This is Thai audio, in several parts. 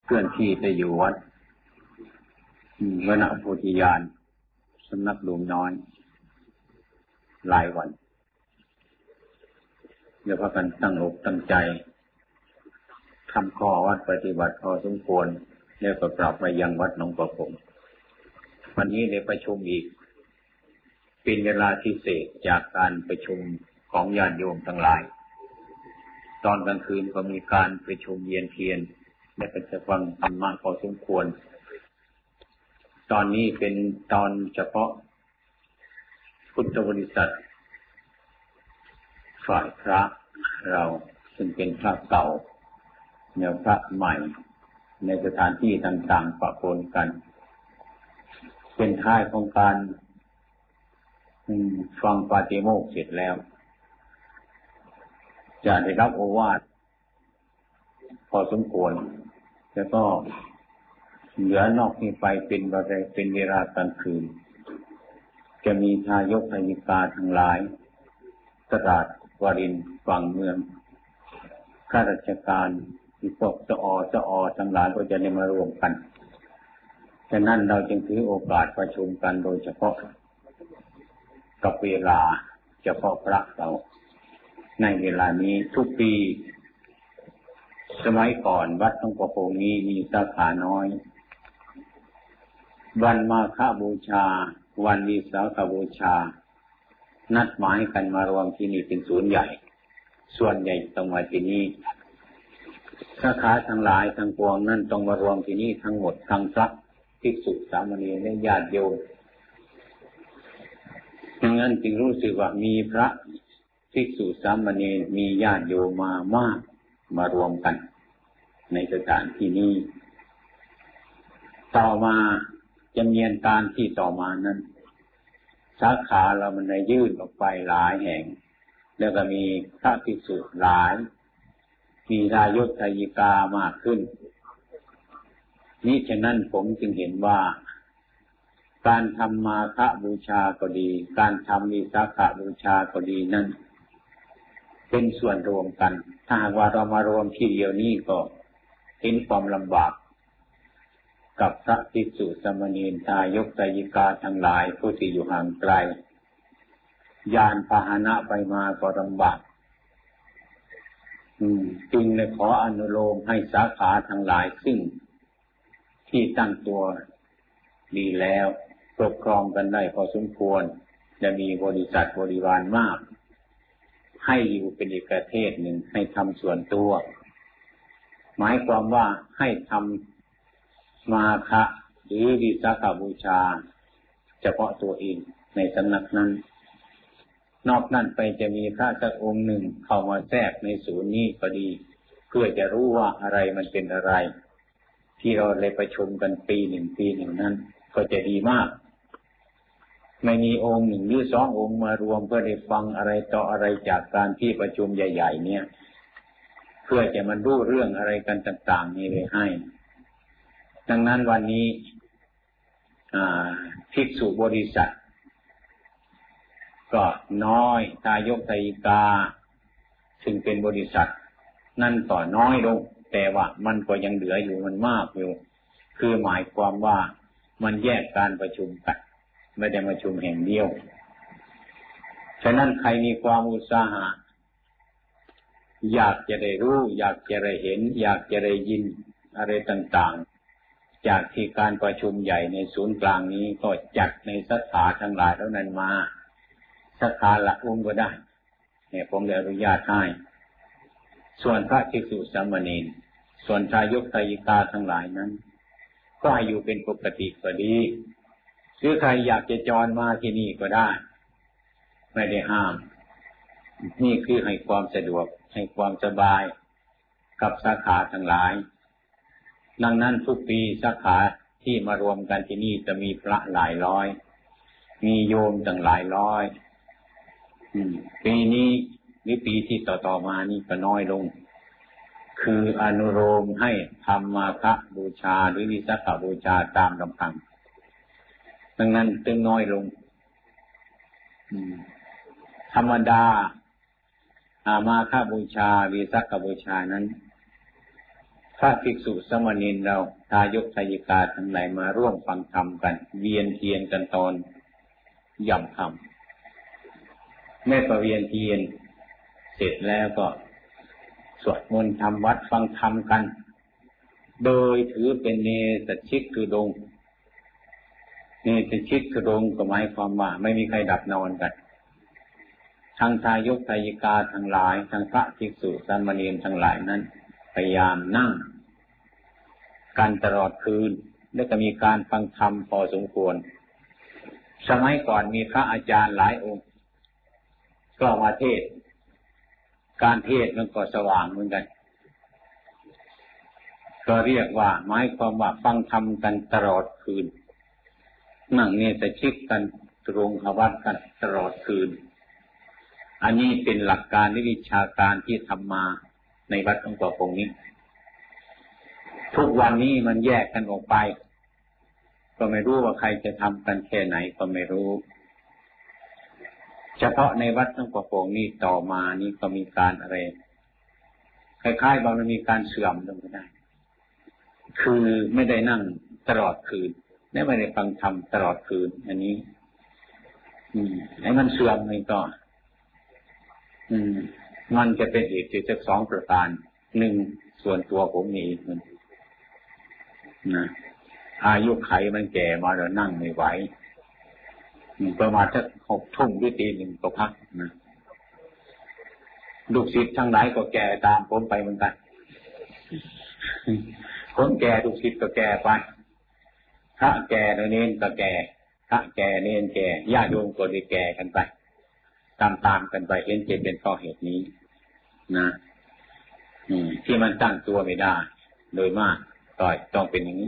เคลื่อนที่ไปอยู่วัดวนโพธิญาณสำนักหลวงน้อยหลายวันเดี๋ยวพากันตั้งอกตั้งใจทำข้อวัดปฏิบัติพอสมควรแล้วก็กลับไปยังวัดหนองประพงวันนี้ได้ประชุมอีกเป็นเวลาพิเศษจากการประชุมของญาติโยมทั้งหลายตอนกลางคืนก็มีการประชุมเวียนเทียนและก็จะฟังธรรมะพอสมควรตอนนี้เป็นตอนเฉพาะพุทธบริษัทฝ่ายพระเราซึ่งเป็นพระเก่าแนวพระใหม่ในสถานที่ต่างๆปะปนกันเป็นท้ายของการฟังปาฏิโมกข์เสร็จแล้วจะได้รับโอวาทพอสมควรแล้วก็เหลือนอกนี้ไปเป็นเวลากลางคืนจะมีทายกทายิกาทั้งหลายตราดวรินทร์ฝั่งเมืองข้าราชการที่พวกสอทั้งหลายก็จะได้มารวมกันฉะนั้นเราจึงถือโอกาสประชุมกันโดยเฉพาะกับเวลาเฉพาะพระเราในเวลานี้ทุกปีสมัยก่อนวัดหลวงประพงนี้มีสาขาน้อยวันมาฆบูชาวันวิสาขบูชานัดหมายกันมารวมที่นี่เป็นศูนย์ใหญ่ส่วนใหญ่ต้องมาที่นี่สาขาทั้งหลายทั้งปวงนั่นต้องมารวมที่นี่ทั้งหมดทั้งพระภิกษุสามเณรและญาติโยมดังนั้นจึงรู้สึกว่ามีพระภิกษุสามเณรมีญาติโยมมามากมารวมกันในสถานที่นี้ต่อมาจำเนียนการที่ต่อมานั้นสาขาเรามันได้ยื่นออกไปหลายแห่งแล้วก็มีพระภิกษุหลายมีทายกทายิกามากขึ้นนี้ฉะนั้นผมจึงเห็นว่าการทำมาฆบูชาก็ดีการทำวิสาขบูชาก็ดีนั้นเป็นส่วนรวมกันถ้าหากว่าเรามารวมที่เดียวนี้ก็เห็นความลำบากกับพระภิกษุสามเณรทายกทายิกาทั้งหลายผู้ที่อยู่ห่างไกลยานพาหนะไปมาก็ลำบากจึงเลยขออนุโลมให้สาขาทั้งหลายซึ่งที่ตั้งตัวดีแล้วปกครองกันได้พอสมควรจะมีบริษัทบริวารมากให้อยู่เป็นอีกประเทศหนึ่งให้ทำส่วนตัวหมายความว่าให้ทำมาฆะหรือวิสาขบูชาเฉพาะตัวเองในสำนักนั้นนอกนั้นไปจะมีพระสักองค์หนึ่งเข้ามาแทรกในศูนย์นี้ก็ดีเพื่อจะรู้ว่าอะไรมันเป็นอะไรที่เราเลยประชุมกันปีหนึ่งนั้นก็จะดีมากไม่มีองค์หนึ่งหรือสององค์มารวมเพื่อได้ฟังอะไรต่ออะไรจากการที่ประชุมใหญ่ๆเนี่ยเพื่อจะมันรู้เรื่องอะไรกันต่างๆนี่เลยให้ดังนั้นวันนี้ภิกษุบริษัทก็น้อยทายกทายิกาซึ่งเป็นบริษัทนั่นต่อน้อยลงแต่ว่ามันก็ยังเหลืออยู่มันมากอยู่คือหมายความว่ามันแยกการประชุมกันไม่ได้ประชุมแห่งเดียวฉะนั้นใครมีความอุตสาหะอยากจะได้รู้อยากจะได้เห็นอยากจะได้ยินอะไรต่างๆจากที่การประชุมใหญ่ในศูนย์กลางนี้ก็จัดในสาขาทั้งหลายเท่านั้นมาสาขาละองค์ก็ได้เนี่ยผมได้อนุญาตให้ส่วนพระภิกษุสามเณรส่วนทายกทายิกาทั้งหลายนั้นก็ให้อยู่เป็นปกติก็ดีหรือใครอยากจะจรมาที่นี่ก็ได้ไม่ได้ห้ามนี่คือให้ความสะดวกให้ความสบายกับสาขาทั้งหลายดังนั้นทุกปีสาขาที่มารวมกันที่นี่จะมีพระหลายร้อยมีโยมตั้งหลายร้อยปีนี้หรือปีที่ต่อๆมานี่ก็น้อยลงคืออนุโลมให้ทำมาฆบูชาหรือวิสาขบูชาตามลำพังดังนั้นจึงน้อยลงธรรมดา มาฆบูชาวิสักขบูชานั้นพระภิกษุสามเณรเราทายกทายิกาทั้งหลายมาร่วมฟังธรรมกันเวียนเทียนกันตอนย่ำค่ำแม่ก็เวียนเทียนเสร็จแล้วก็สวดมนต์ทำวัดฟังธรรมกันโดยถือเป็นเนสชิกคือดงเนสชิกคือดงก็หมายความว่าไม่มีใครดับนอนกันทั้งทายกทายิกาทั้งหลายทั้งพระภิกษุสามเณรทั้งหลายนั้นพยายามนั่งกันตลอดคืนแล้วก็มีการฟังธรรมพอสมควรสมัยก่อนมีพระอาจารย์หลายองค์ก็มาเทศการเทศมันก็สว่างเหมือนกันก็เรียกว่าหมายความว่าฟังธรรมกันตลอดคืนนั่งเนตชิกกันตรงขวัตกันตลอดคืนอันนี้เป็นหลักการวิชาการที่ทำมาในวัดหลวงพ่อคงนี้ทุกวันนี้มันแยกกันออกไปก็ไม่รู้ว่าใครจะทำกันแค่ไหนก็ไม่รู้เฉพาะในวัดหลวงพ่อคงนี้ต่อมานี้ก็มีการอะไรคล้ายๆบางมันมีการเสื่อมลงไปได้คือไม่ได้นั่งตลอดคืนและไม่ได้ฟังธรรมตลอดคืนอันนี้ให้มันเสื่อมมันก็มันจะเป็นเหตุจากสองประการหนึ่งส่วนตัวผมมีมันนะอายุไขมันแก่มาแล้วนั่งไม่ไหวประมาณสัก6 ทุ่มด้วยตีหนึ่งก็พักนะลูกศิษย์ทั้งหลายก็แก่ตามผมไปเหมือนกันคนแก่ลูกศิษย์ก็แก่ไปพระแก่เนรก็แก่พระแก่เนรแก่ญาติโยมก็ได้แก่กันไปตามกันไปเห็นจะเป็นเพราะเหตุนี้นะที่มันตั้งตัวไม่ได้โดยมากก็ต้องเป็นอย่างนี้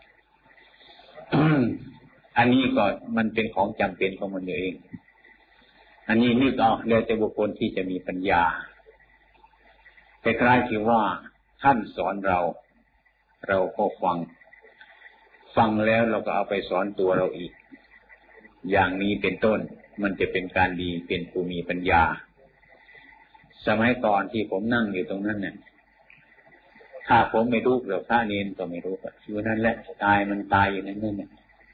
อันนี้ก็มันเป็นของจำเป็นของมันเองอันนี้นึกเอาแล้วแต่บุคคลที่จะมีปัญญาคล้ายๆที่ว่าท่านสอนเราก็ฟังแล้วเราก็เอาไปสอนตัวเราอีกอย่างนี้เป็นต้นมันจะเป็นการดีเป็นผู้มีปัญญาสมัยก่อนที่ผมนั่งอยู่ตรงนั้นเนี่ยถ้าผมไม่รู้หรือพระเนรก็ไม่รู้อยู่นั่นแหละตายมันตายอยู่นั่นเนี่ย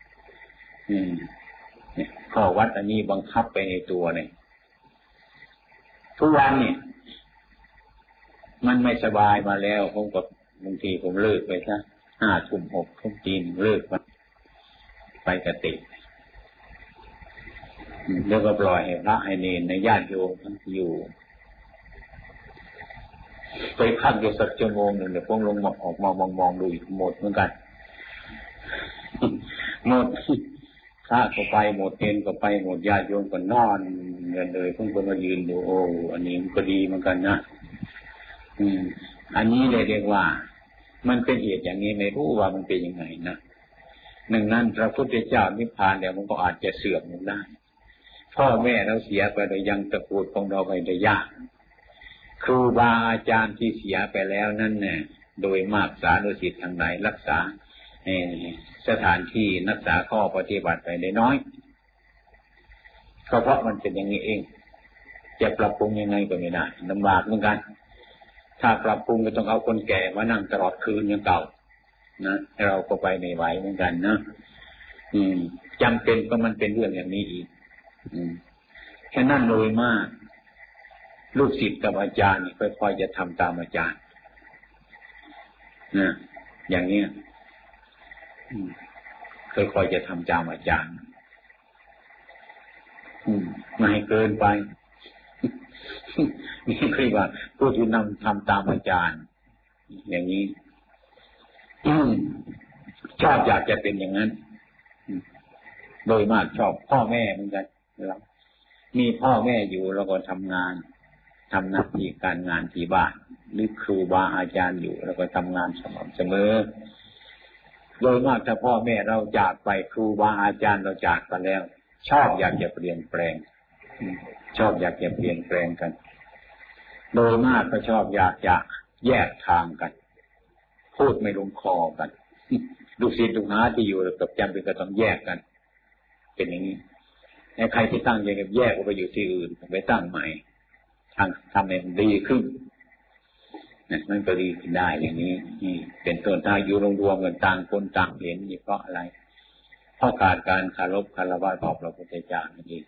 ข้อวัดอันนี้บังคับไปในตัวเนี่ยทุกวันเนี่ยมันไม่สบายมาแล้วผมก็บางทีผมเลิกไปซะ5 ทุ่ม 6 ทุ่มจีนเลิกไปกติแล้วก็ปล่อยให้พระให้เนรในญาติโยมทั้งอยู่ไปพักอยู่สักชั่วโมงหนึ่งเดี๋ยวพวกลงมาออกมามองดูอีกหมดเหมือนกันหมดพระก็ไปหมดเนรก็ไปหมดญาติโยมก็นอนกันเลยพวกคนมายืนดูโอ้อันนี้มันก็ดีเหมือนกันนะอันนี้เลยเรียกว่ามันเป็นเหตุอย่างนี้ไม่รู้ว่ามันเป็นยังไงนะหนึ่งนั้นพระพุทธเจ้านิพพานเดี๋ยวมันก็อาจจะเสื่อมลงได้พ่อแม่เราเสียไปโดยยังตระกูลของเราไปโดยยากครูบาอาจารย์ที่เสียไปแล้วนั่นเนี่ยโดยมากสาธุสิทธิ์ทางไหนรักษาสถานที่รักษาข้อปฏิบัติไปได้น้อยก็เพราะมันเป็นอย่างนี้เองจะปรับปรุงยังไงก็ไม่ได้ลำบากเหมือนกันถ้าปรับปรุงก็ต้องเอาคนแก่มานั่งตลอดคืนอย่างเก่านะเราก็ไปไม่ไหวเหมือนกันนะจำเป็นก็มันเป็นเรื่องอย่างนี้อีกแค่นั้นโดยมากลูกศิษย์กับอาจารย์ค่อยๆจะทำตามอาจารย์นะอย่างนี้ค่อยๆจะทำตามอาจารย์ไม่ให้เกินไปนี่คือว่าผู้ที่นำทำตามอาจารย์อย่างนี้ชอบอยากจะเป็นอย่างนั้นโดยมากชอบพ่อแม่เหมือนกันเรามีพ่อแม่อยู่เราก็ทำงานทำหน้าที่การงานที่บ้านหรือครูบาอาจารย์อยู่เราก็ทำงานสม่ำเสมอโดยมากถ้าพ่อแม่เราจากไปครูบาอาจารย์เราจากไปแล้วชอบอยากจะเปลี่ยนแปลงชอบอยากจะเปลี่ยนแปลงกันโดยมากก็ชอบอยากจะแยกทางกันพูดไม่ลงคอกันลูกศิษย์ลูกหาที่อยู่กับจำเป็นก็ต้องแยกกันเป็นอย่างนี้ใครที่ตั้งใจแยกออกไปอยู่ที่อื่นไปตั้งใหม่ทำให้ดีขึ้นนะมันก็ดีขึ้นได้อย่างนี้นี่เป็นต้นถ้าอยู่รวมๆกันต่างคนต่างเห็นนี่เพราะอะไรเพราะขาดการเคารพคารวะต่อพระพุทธเจ้านั่นเอง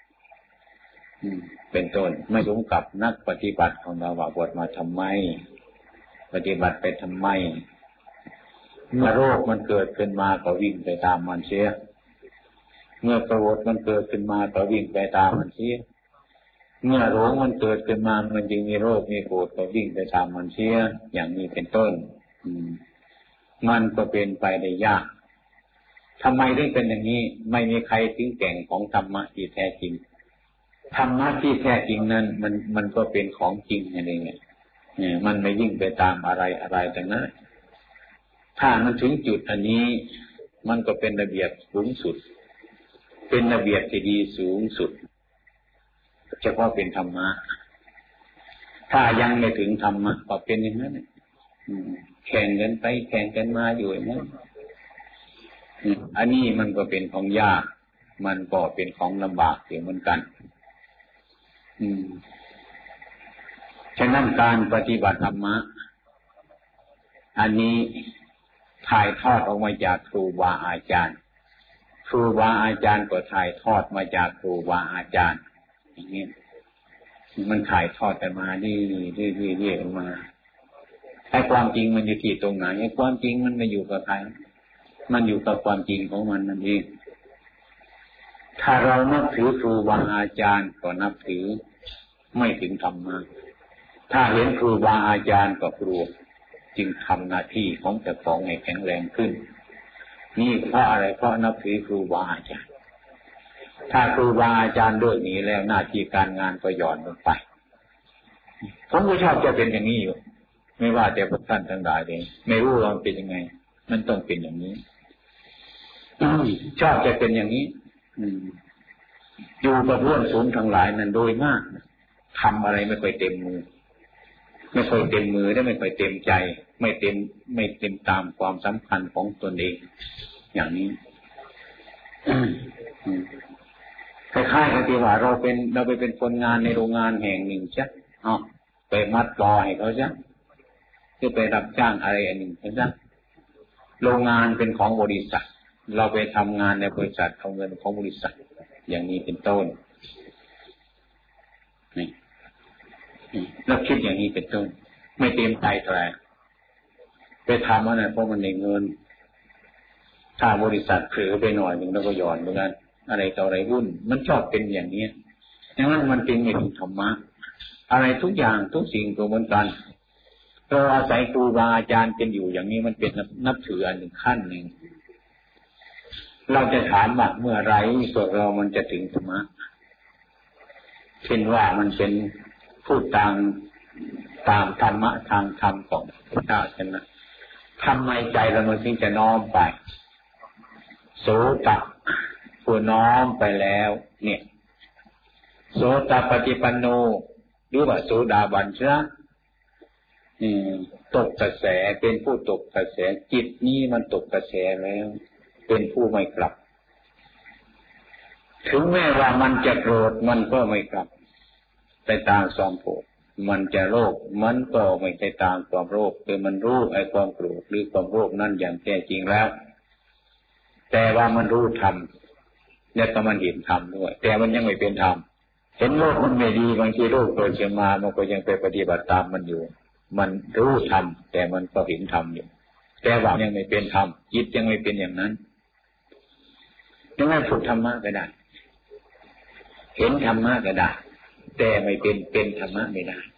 เป็นต้นไม่สมกับนักปฏิบัติของเราว่าบวชมาทำไมปฏิบัติไปทำไมเมื่อโรคมันเกิดขึ้นมาก็วิ่งไปตามมันเสียเมื่อโกรธมันเกิดขึ้นมาก็วิ่งไปตามมันเสียเมื่อหลงมันเกิดขึ้นมามันจึงมีโรคมีโกรธก็วิ่งไปตามมันเสียอย่างนี้เป็นต้นมันก็เป็นไปได้ยากทำไมถึงเป็นอย่างนี้ไม่มีใครถึงแก่งของธรรมะที่แท้จริงธรรมะที่แท้จริงนั้นมันก็เป็นของจริงนั่นเองมันไม่ยิ่งไปตามอะไรแต่นั้นถ้ามันถึงจุดอันนี้มันก็เป็นระเบียบสูงสุดเป็นระเบียบที่ดีสูงสุดเฉพาะเป็นธรรมะถ้ายังไม่ถึงธรรมะก็เป็นอย่างนั้นแข่งกันไปแข่งกันมาอยู่อย่างนั้นอันนี้มันก็เป็นของยากมันก็เป็นของลำบากเหมือนกันฉะนั้นการปฏิบัติธรรมะอันนี้ถ่ายทอดออกมาจากครูบาอาจารย์ครูบาอาจารย์ก็ถ่ายทอดมาจากครูบาอาจารย์อย่างนี้มันถ่ายทอดกันมาเรื่อยๆออกมาไอ้ความจริงมันอยู่ที่ตรงไหนไอ้ความจริงมันไม่อยู่กับใครมันอยู่กับความจริงของมันนั่นเองถ้าเรานับถือครูบาอาจารย์ก็นับถือไม่ถึงธรรมะถ้าเห็นครูบาอาจารย์ก็กลัวจึงทำหน้าที่ของเจ้าของให้แข็งแรงขึ้นนี่เพราะอะไรเพราะนับถือครูบาอาจารย์ถ้าครูบาอาจารย์เลิกหนีแล้วหน้าที่การงานก็หย่อนลงไปผมก็ชอบจะเป็นอย่างนี้อยู่ไม่ว่าแต่พวกท่านทั้งหลายเองไม่รู้เราเป็นยังไงมันต้องเป็นอย่างนี้ชอบจะเป็นอย่างนี้อยู่กับเพื่อนฝูงทั้งหลายนั้นโดยมากทำอะไรไม่ค่อยเต็มมือไม่ค่อยเต็มมือและไม่ค่อยเต็มใจไม่เต็มตามความสำคัญของตนเองอย่างนี้คล้ายๆกับที่ว่าเราไปเป็นคนงานในโรงงานแห่งหนึ่งใช่ไปมัดรอให้เขาใช่คือไปรับจ้างอะไรอันหนึ่งใช่ไหมโรงงานเป็นของบริษัทเราไปทำงานในบริษัทเอาเงินของบริษัทอย่างนี้เป็นต้นนี่เราคิดอย่างนี้เป็นต้นไม่เต็มใจเท่าไหร่ไปทำอะไรเพราะมันได้เงินถ้าบริษัทเผลอไปหน่อยหนึ่งแล้วก็หย่อนเหมือนกันอะไรต่ออะไรวุ่นมันชอบเป็นอย่างนี้ดังนั้นมันเป็นไม่ถึงธรรมะอะไรทุกอย่างทุกสิ่งตัวเหมือนกันเราอาศัยครูบาอาจารย์เป็นอยู่อย่างนี้มันเป็นนับถืออันหนึ่งขั้นหนึ่งเราจะถามว่าเมื่อไรพวกเรามันจะถึงธรรมะเช่นว่ามันเป็นพูดตามธรรมะทางธรรมของพระเจ้าใช่ไหมทำไมใจเรามันถึงจะน้อมไปโสตผู้น้อมไปแล้วเนี่ยโสตปฏิปันโนหรือว่าโสดาบันใช่ไหมตกกระแสเป็นผู้ตกกระแสจิตนี้มันตกกระแสแล้วเป็นผู้ไม่กลับถึงแม้ว่ามันจะโกรธมันก็ไม่กลับไปตามความโกรธมันจะโลภมันก็ไม่ไปตามความโลภคือมันรู้ไอ้ความโกรธหรือความโลภนั่นอย่างแท้จริงแล้วแต่ว่ามันรู้ธรรมและก็มันเห็นธรรมด้วยแต่มันยังไม่เป็นธรรมเห็นโลภมันไม่ดีบางทีโลภเกิดขึ้นมามันก็ยังไปปฏิบัติตามมันอยู่มันรู้ธรรมแต่มันก็เห็นธรรมอยู่แต่ว่ายังไม่เป็นธรรมจิตยังไม่เป็นอย่างนั้นยังไม่ฝึกธรรมะก็ได้เห็นธรรมะก็ได้แต่ไม่เป็นธรรมะไม่ได้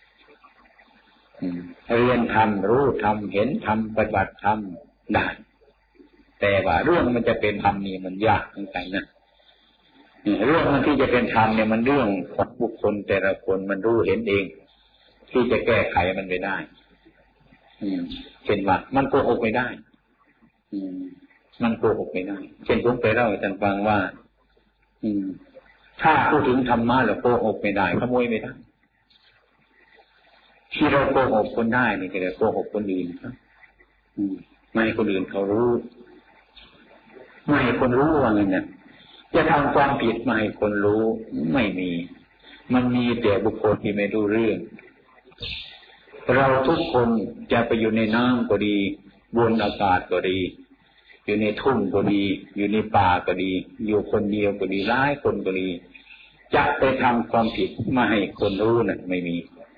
เรียนธรรมรู้ธรรมเห็นธรรมปฏิบัติธรรมได้แต่ว่าเรื่องมันจะเป็นธรรมนี่มันยากเหมือนกันนะเรื่องมันที่จะเป็นธรรมเนี่ยมันเรื่องของบุคคลแต่ละคนมันรู้เห็นเองที่จะแก้ไขมันไม่ได้เช่นว่ามันโกหกไม่ได้มันโกหกไม่ได้เช่นผมไปเล่าให้ท่านฟังว่าถ้าพูดถึงธรรมะแล้วโกหกไม่ได้ขโมยไม่ได้ที่เราโกหกคนได้นี่คือโกหกคนอื่นไม่ให้คนอื่นเขารู้ไม่ให้คนรู้ว่าไงเนี่ยจะทำความผิดไม่ให้คนรู้ไม่มีมันมีแต่บุคคลที่ไม่รู้เรื่องเราทุกคนจะไปอยู่ในน้ำก็ดีบนอากาศก็ดีอยู่ในทุ่งก็ดีอยู่ในป่าก็ดีอยู่คนเดียวก็ดีหลายคนก็ดีจะไปทำความผิดมาให้คนรู้น่ะไม่มี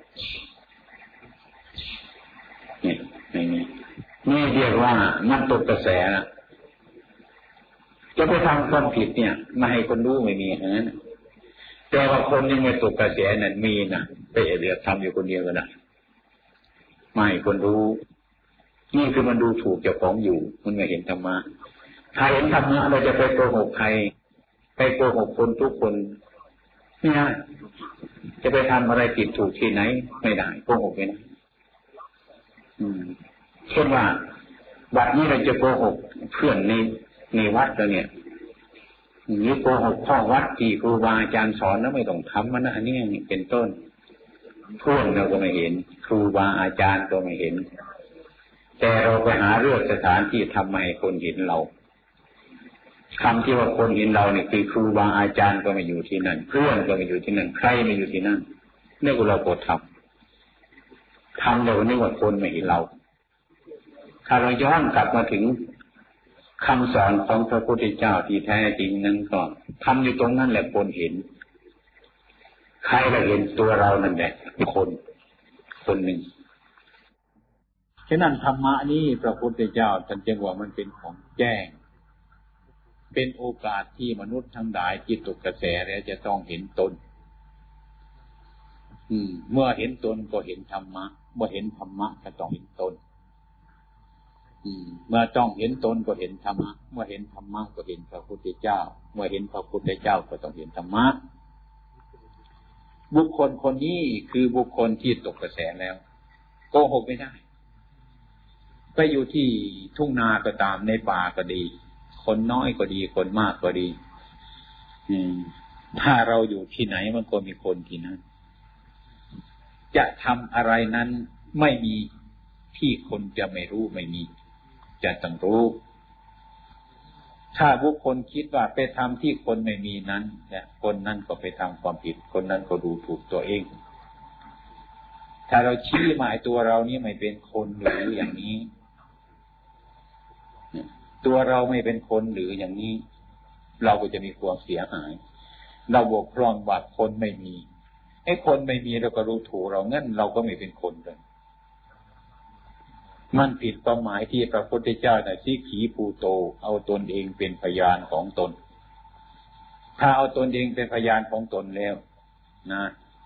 นี่ไม่มีนี่เรียกว่ามันตกกระแสนะจะไปทำความผิดเนี่ยมาให้คนรู้ไม่มีอย่างนั้นแต่ว่าคนยังไม่ตกกระแสนั่นมีนะไปเรียกทำอยู่คนเดียวกันนะไม่คนรู้นี่คือมันดูถูกเจ้าของอยู่มันไม่เห็นธรรมะถ้าเห็นธรรมะเราจะไปโกหกใครไปโกหกคนทุกคนไม่ได้จะไปทำอะไรผิดถูกที่ไหนไม่ได้โกหกไม่ได้เช่นว่าบัดนี้เราจะโกหกเพื่อนในวัดเราเนี่ยนี่โกหกพ่อวัดที่ครูบาอาจารย์สอนแล้วไม่ต้องทำมันนะอันนี้เป็นต้นเพื่อนเราก็ไม่เห็นครูบาอาจารย์ก็ไม่เห็นแต่เราไปหาเรื่องสถานที่ทำให้คนเห็นเราคำที่ว่าคนเห็นเราเนี่ยคือครูบาอาจารย์ก็ไม่อยู่ที่นั่นเพื่อนก็ไม่อยู่ที่นั่นใครไม่อยู่ที่นั่นนี่ก็เราโกรธทำเราเนี่ยว่าคนไม่เห็นเราถ้าเราย้อนกลับมาถึงคำสอนของพระพุทธเจ้าที่แท้จริงนั้นก็ทำอยู่ตรงนั้นแหละคนเห็นใครเราเห็นตัวเรานั่นแหละคนหนึ่งฉะนั้นธรรมะนี้พระพุทธเจ้าท่านจึงว่ามันเป็นของแจ้งเป็นโอกาสที่มนุษย์ทั้งหลายที่ตกกระแสแล้วจะต้องเห็นตนเมื่อเห็นตนก็เห็นธรรมะเมื่อเห็นธรรมะก็ต้องเห็นตนเมื่อต้องเห็นตนก็เห็นธรรมะเมื่อเห็นธรรมะก็เห็นพระพุทธเจ้าเมื่อเห็นพระพุทธเจ้าก็ต้องเห็นธรรมะบุคคลคนนี้คือบุคคลที่ตกกระแสแล้วโกหกไม่ได้ไปอยู่ที่ทุ่งนาก็ตามในป่าก็ดีคนน้อยก็ดีคนมากก็ดีถ้าเราอยู่ที่ไหนมันก็มีคนที่นั้นจะทำอะไรนั้นไม่มีที่คนจะไม่รู้ไม่มีจะต้องรู้ถ้าบุคคลคิดว่าไปทำที่คนไม่มีนั้นเนี่ยคนนั้นก็ไปทำความผิดคนนั้นก็ดูถูกตัวเองถ้าเราชี้หมายตัวเรานี่ไม่เป็นคนหรืออย่างนี้ตัวเราไม่เป็นคนหรืออย่างนี้เราก็จะมีความเสียหายเราบกพร่องว่าคนไม่มีไอ้คนไม่มีเราก็รู้ถูกเรางั้นเราก็ไม่เป็นคนเลยมันผิดความหมายที่พระพุทธเจ้าน่ะสิขีภูโตเอาตนเองเป็นพยานของตนถ้าเอาตนเองเป็นพยานของตนแล้วนะ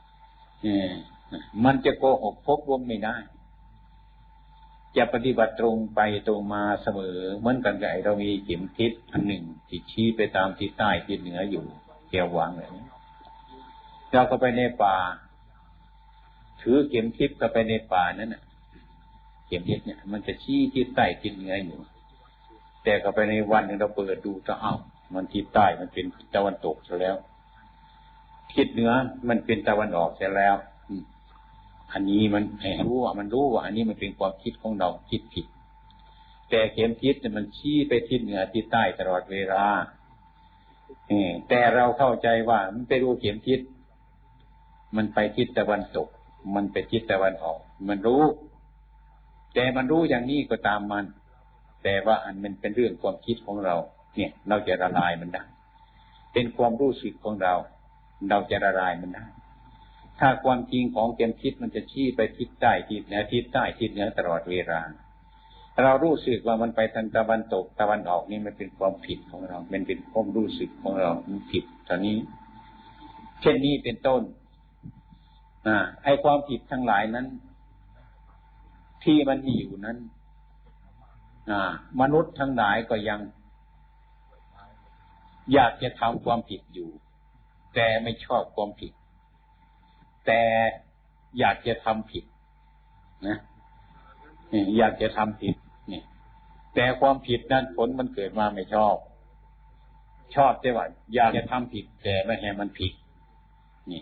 มันจะโกหกพกลมไม่ได้จะปฏิบัติตรงไปตรงมาเสมอเหมือนกันกับเรามีเข็มทิศอันหนึ่งที่ชี้ไปตามทิศใต้ทิศเหนืออยู่แกวางเลยเราก็ไปในป่าถือเข็มทิศก็ไปในป่านั้นน่ะเข็มทิศเนี่ยมันจะชี้ทิศใต้ทิศเหนืออยู่แต่ก็ไปในวันนึงเราเปิดดูจะมันทิศใต้มันเป็นตะวันตกซะแล้วทิศเหนือมันเป็นตะวันออกซะแล้วอันนี้มันรู้ว่าอันนี้มันเป็นความคิดของเราคิดผิดแต่เข็มทิศเนี่ยมันชี้ไปทิศเหนือทิศใต้ตลอดเวลาแต่เราเข้าใจว่ามันไปดูเข็มทิศมันไปทิศตะวันตกมันไปทิศตะวันออกมันรู้แต่มันรู้อย่างนี้ก็ตามมันแต่ว่าอันมันเป็นเรื่องความคิดของเราเนี่ยเราจะละลายมันได้เป็นความรู้สึกของเราจะละลายมันได้ถ้าความจริงของเข็มทิศมันจะชี้ไปทิศใต้ทิศเหนือทิศใต้ทิศเหนือตลอดเวลาเรารู้สึกว่ามันไปทางตะวันตกตะวันออกนี่มันเป็นความผิดของเรามันเป็นความรู้สึกของเรามันผิดตอนนี้เช่นนี้เป็นต้นไอ้ความผิดทั้งหลายนั้นที่มันมีอยู่นั้นมนุษย์ทั้งหลายก็ยังอยากจะทำความผิดอยู่แต่ไม่ชอบความผิดแต่อยากจะทำผิดนะอยากจะทำผิดนี่แต่ความผิดนั้นผลมันเกิดมาไม่ชอบแต่ว่าอยากจะทำผิดแต่ไม่ให้มันผิดนี่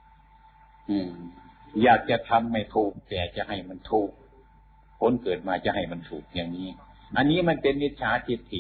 อยากจะทำไม่ถูกแต่จะให้มันถูกผลเกิดมาจะให้มันถูกอย่างนี้อันนี้มันเป็นมิจฉาทิฏฐิ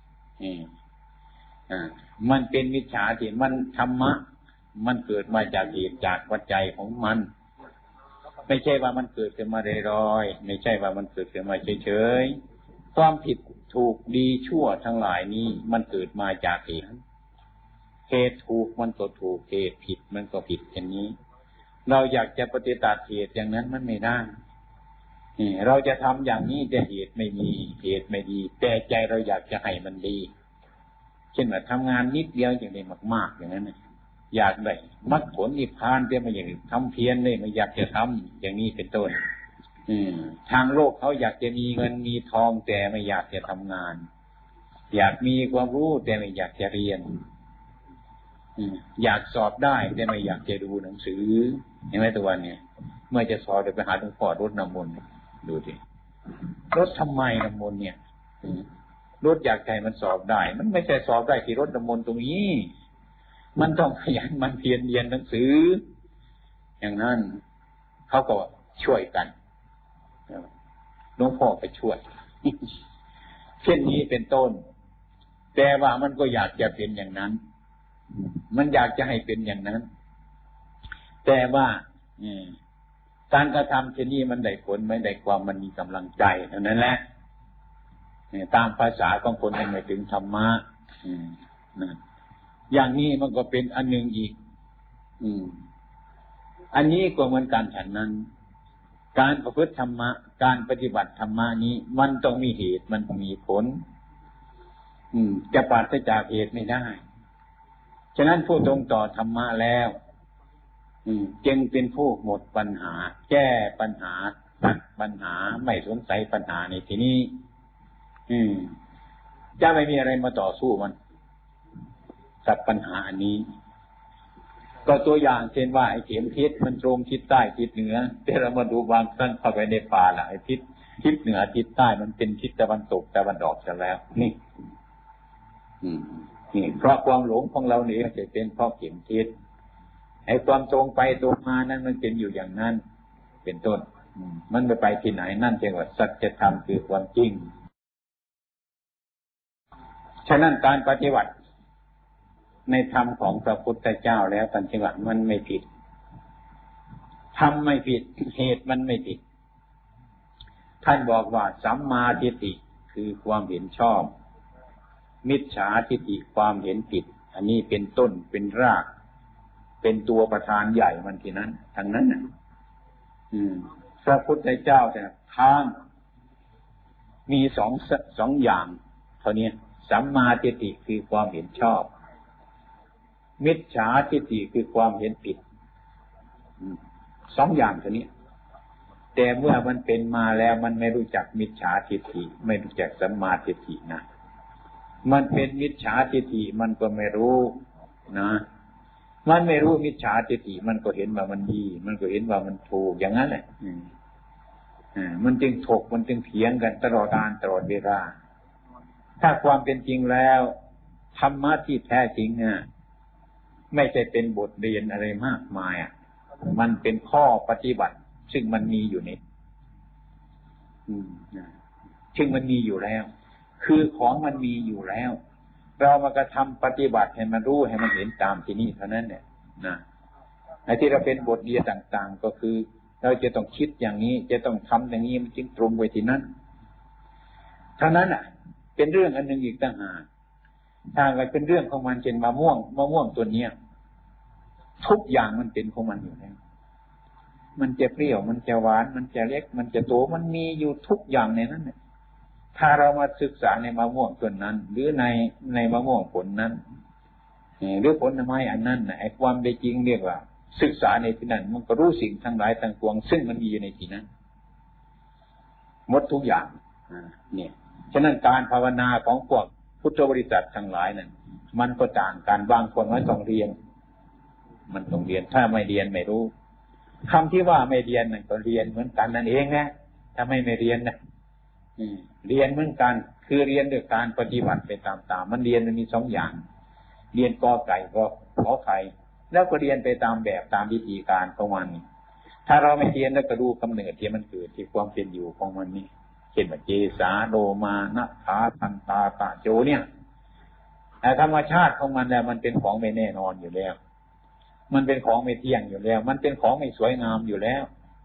มันเป็นมิจฉาทิฏฐิมันธรรมะมันเกิดมาจากเหตุจากปัจจัยของมันไม่ใช่ว่ามันเกิดขึ้นมาลอยๆไม่ใช่ว่ามันเกิดขึ้นมาเฉยๆความผิดถูกดีชั่วทั้งหลายนี้มันเกิดมาจากเหตุถูกมันก็ถูกเหตุผิดมันก็ผิดอย่างนี้เราอยากจะปฏิบัติเหตุอย่างนั้นมันไม่ได้เราจะทำอย่างนี้แต่เหตุไม่มีเหตุไม่ดีแต่ใจเราอยากจะให้มันดีเช่นว่าทำงานนิดเดียวอย่างนี้มากๆอย่างนั้นอยากได้มรรคผลนิพพานแต่ไม่อยากทำเพียรเลยไม่อยากจะทำอย่างนี้เป็นต้นทางโลกเขาอยากจะมีเงินมีทองแต่ไม่อยากจะทำงานอยากมีความรู้แต่ไม่อยากจะเรียนอยากสอบได้แต่ไม่อยากจะดูหนังสือเห็นไหมตัววันเนี่ยเมื่อจะสอบเดี๋ยวไปหาหลวงพ่อรดน้ำมนต์ดูสิรดทำไมน้ำมนต์เนี่ยรดอยากใจมันสอบได้มันไม่ใช่สอบได้ที่รดน้ำมนต์ตรงนี้มันต้องขยันมันเพียรเรียนหนังสืออย่างนั้นเขาก็ช่วยกันหลวงพ่อไปช่วยเช่นนี้เป็นต้นแต่ว่ามันก็อยากจะเป็นอย่างนั้นมันอยากจะให้เป็นอย่างนั้นแต่ว่าการกระทำเช่นนี้มันได้ผลไม่ได้ความมันมีกำลังใจเท่านั้นแหละตามภาษาของคนยังไม่ถึงธรรมะอย่างนี้มันก็เป็นอันหนึ่งอีกอันนี้ก็เหมือนกันฉันนั้นการประพฤติธรรมะการปฏิบัติธรรมะนี้มันต้องมีเหตุมันต้องมีผลจะปราศจากเหตุไม่ได้ฉะนั้นผู้ตรงต่อธรรมะแล้วจึงเป็นผู้หมดปัญหาแก้ปัญหาตัดปัญหาไม่สงสัยปัญหาในที่นี้จะไม่มีอะไรมาต่อสู้มันกับปัญหาอันนี้ก็ตัวอย่างเช่นว่าไอ้เข็มทิศมันตรงทิศใต้ทิศเหนือแต่เรามาดูบางครั้งเข้าไปในป่าหลายทิศเหนือทิศใต้มันเป็นทิศตะวันตกตะวันออกซะแล้วนี่เพราะความหลงของเราเนี่ยจะเป็นเพราะเข็มทิศไอ้ความตรงไปตรงมานั้นมันเป็นอยู่อย่างนั้นเป็นต้นมันไม่ไปที่ไหนนั่นจึงว่าสัจธรรมคือความจริงฉะนั้นการปฏิบัติในธรรมของพระพุทธเจ้าแล้วท่านจึงว่ามันไม่ผิดธรรมไม่ผิดเหตุมันไม่ผิดท่านบอกว่าสัมมาทิฏฐิคือความเห็นชอบมิจฉาทิฏฐิความเห็นผิดอันนี้เป็นต้นเป็นรากเป็นตัวประธานใหญ่มันที่นั้นทั้งนั้นน่ะพระพุทธเจ้าแต่ทางมีสองอย่างเท่านี้สัมมาทิฏฐิคือความเห็นชอบมิจฉาทิฏฐิคือความเห็นผิดสองอย่างเท่านี้แต่เมื่อมันเป็นมาแล้วมันไม่รู้จักมิจฉาทิฏฐิไม่รู้จักสัมมาทิฏฐินะมันเป็นมิจฉาทิฏฐิมันก็ไม่รู้นะมันไม่รู้มิจฉาทิฏฐิมันก็เห็นว่ามันดีมันก็เห็นว่ามันถูกอย่างนั้นแหละมันจึงถกมันจึงเถียงกันตลอดการตลอดเวลาถ้าความเป็นจริงแล้วธรรมะที่แท้จริงน่ะไม่ใช่เป็นบทเรียนอะไรมากมายมันเป็นข้อปฏิบัติซึ่งมันมีอยู่ในซึ่งมันมีอยู่แล้วคือของมันมีอยู่แล้วเรามากระทำปฏิบัติให้มันรู้ให้มันเห็นตามที่นี่เท่านั้นเนี่ยนะไอ้ที่เราเป็นบทเรียนต่างๆก็คือเราจะต้องคิดอย่างนี้จะต้องทำอย่างนี้มันจึงตรงไปที่นั้นเท่านั้นเป็นเรื่องอันหนึ่งอีกต่างหากถ้าอะไรเป็นเรื่องของมันเช่นมะม่วงตัวเนี้ยทุกอย่างมันเป็นของมันอยู่แล้วมันจะเปรี้ยวมันจะหวานมันจะเล็กมันจะโตมันมีอยู่ทุกอย่างในนั้นเนี่ยถ้าเรามาศึกษาในมะม่วงต้นนั้นหรือในมะม่วงผลนั้นหรือผลไม้อันนั้นไอ้ความเป็นจริงเรียกว่าศึกษาในที่นั้นมันก็รู้สิ่งทั้งหลายทั้งปวงซึ่งมันมีอยู่ในที่นั้นหมดทุกอย่างเนี่ยฉะนั้นการภาวนาของพวกพุทธบริษัททั้งหลายนั้นมันก็ต่างกันบางคนไม่ต้องเรียนมันต้องเรียนถ้าไม่เรียนไม่รู้คำที่ว่าไม่เรียนนั่นก็เรียนเหมือนกันนั่นเองนะถ้าไม่เรียนนะเรียนเหมือนกันคือเรียนด้วยการปฏิบัติไปตามๆมันเรียนมันมีสองอย่างเรียนกอไก่ก็ขอไข่แล้วก็เรียนไปตามแบบตามวิธีการของมันถ้าเราไม่เรียนแล้วก็ดูกำเนิดที่มันเกิดที่ความเป็นอยู่ของมันนี่เช่นว่าเจสาโลมานะขาทันตาตะโจเนี่ยแต่ธรรมชาติของมันแล้วมันเป็นของไม่แน่นอนอยู่แล้วมันเป็นของไม่เที่ยงอยู่แล้วมันเป็นของไม่สวยงามอยู่แล้ว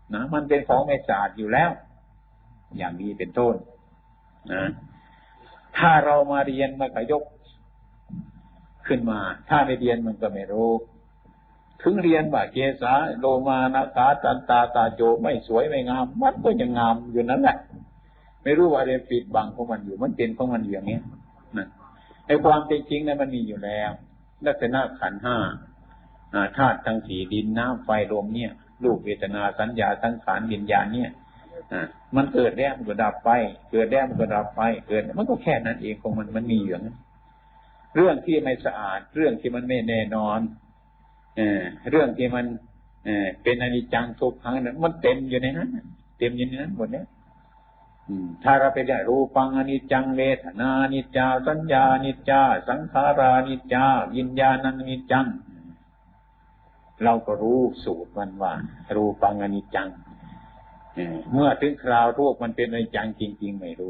นะมันเป็นของไม่สะอาดอยู่แล้วอย่างนี้เป็นต้นนะถ้าเรามาเรียนมันก็ยกขึ้นมาถ้าไม่เรียนมันก็ไม่รู้ถึงเรียนว่าเกสาโลมานาคาตันตาตาโจไม่สวยไม่งามมันก็ยังงามอยู่นั่นแหละไม่รู้ว่าอะไรปิดบังของมันอยู่มันเป็นของมันอยู่อย่างนี้นะไอ้ความเป็นจริงนั้นมันมีอยู่แล้วลักษณะขันธ์ห้าธาตุทั้งสี่ดินน้ำไฟลมเนี่ยรูปเวทนาสัญญาสังขารวิญญาณเนี่ยมันเกิดแล้วมันก็ดับไปเกิดแล้วมันก็ดับไปเกิดมันก็แค่นั้นเองของมันมีอย่างนั้นเรื่องที่ไม่สะอาดเรื่องที่มันไม่แน่นอนเรื่องที่มันเป็นอนิจจังทุกขังนั้นมันเต็มอยู่ในนั้นเต็มอยู่ในนั้นหมดเนี่ยถ้าเราไปได้รูปังอนิจจังเวทนานิจจาสัญญานิจจาสังขารานิจจาวิญญาณังนิจจังเราก็รู้สูตรมันว่ารูปังอนิจจังเมื่อถึงคราวรูปมันเป็นอนิจจังจริงๆไม่รู้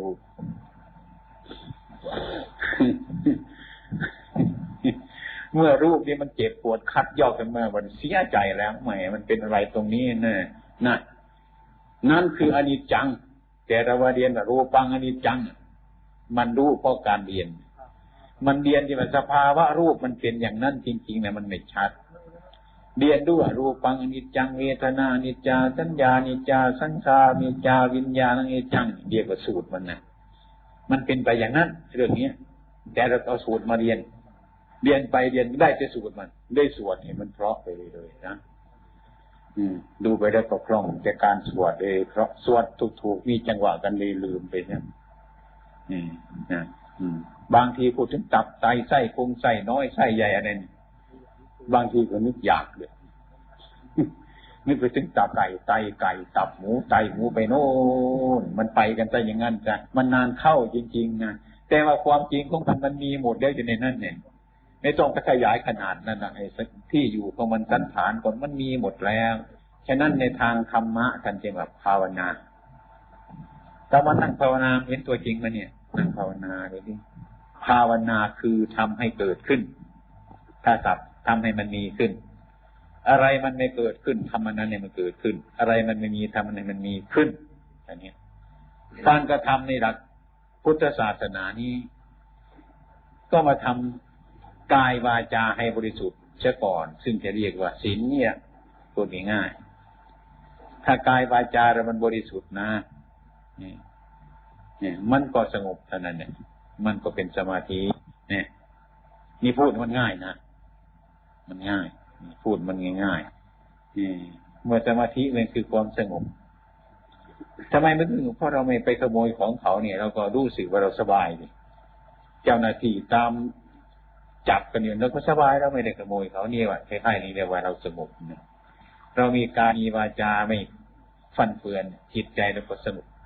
เมื่อรูปนี้มันเจ็บปวดคัดยอกกันมามันเสียใจแล้วแหมมันเป็นอะไรตรงนี้นะนั่นคืออนิจจังแต่เราเรียนรูปังอนิจจังมันรู้เพราะการเรียนมันเรียนที่มันสภาวะรูปมันเป็นอย่างนั้นจริงๆนะมันไม่ชัดเรียนด้วยรูปังอนิจจังเวทนาอนิจจาสัญญาอนิจจาสังขารอนิจจาวิญญาณอนิจจังเรียกว่าสูตรมันนะมันเป็นไปอย่างนั้นเรื่องนี้แต่เราเอาสูตรมาเรียนไปเรียนได้แต่สูตรมันได้สวดเนี่ยมันเพราะไปเลยนะดูไปได้ก็คล่องแต่การสวดเลยเพราะสวดถูกมีจังหวะกันเลยลืมไปเนี่ยบางทีพูดถึงตับไตไส้พุงไส้น้อยไส้ใหญ่อะไรนี่บางทีก็นึกอยากเลยนึกไปถึงตับไก่ไตไก่ตับหมูไตหมูไปโน่นมันไปกันไปอย่างนั้นจ้ะมันนานเข้าจริงๆนะแต่ว่าความจริงของมันมีหมดแล้วอยู่ในนั้นเนี่ยไม่ต้องขยายขนาดนั้นนะไอ้ที่อยู่ของมันสันฐานก่อนมันมีหมดแล้วฉะนั้นในทางธรรมะท่านจึงแบบภาวนาแต่ว่านั่งภาวนาเห็นตัวจริงมั้ยเนี่ยนั่งภาวนาเลยดิภาวนาคือทำให้เกิดขึ้นถ้าศัพท์ทำให้มันมีขึ้นอะไรมันไม่เกิดขึ้นทำมันนั้นเนี่ยมันเกิดขึ้นอะไรมันไม่มีทำมันนั้นมันมีขึ้นอันนี้การกระทำในหลักพุทธศาสนานี้ก็มาทำกายวาจาให้บริสุทธิ์เสียก่อนซึ่งจะเรียกว่าศีลเนี่ยพูดง่ายๆถ้ากายวาจาเรามันบริสุทธิ์นะเนี่ยมันก็สงบเท่านั้นเนี่ยมันก็เป็นสมาธิเนี่ยนี่พูดมันง่ายนะมันง่ายพูดมันง่ายๆเมื่อสมาธิมันคือความสงบทำไมมันถึงเพราะเราไม่ไปขโมยของเขาเนี่ยเราก็รู้สึกว่าเราสบายดิเจ้าหน้าที่ตามจับกันอยู่เราก็สบายเราไม่ได้ขโมยเขาเนี่ยว่าคล้ายๆนี่เรียกว่าเราสงบนะเรามีกายมีวาจาไม่ฟั่นเฟือนจิตใจเราก็สงบ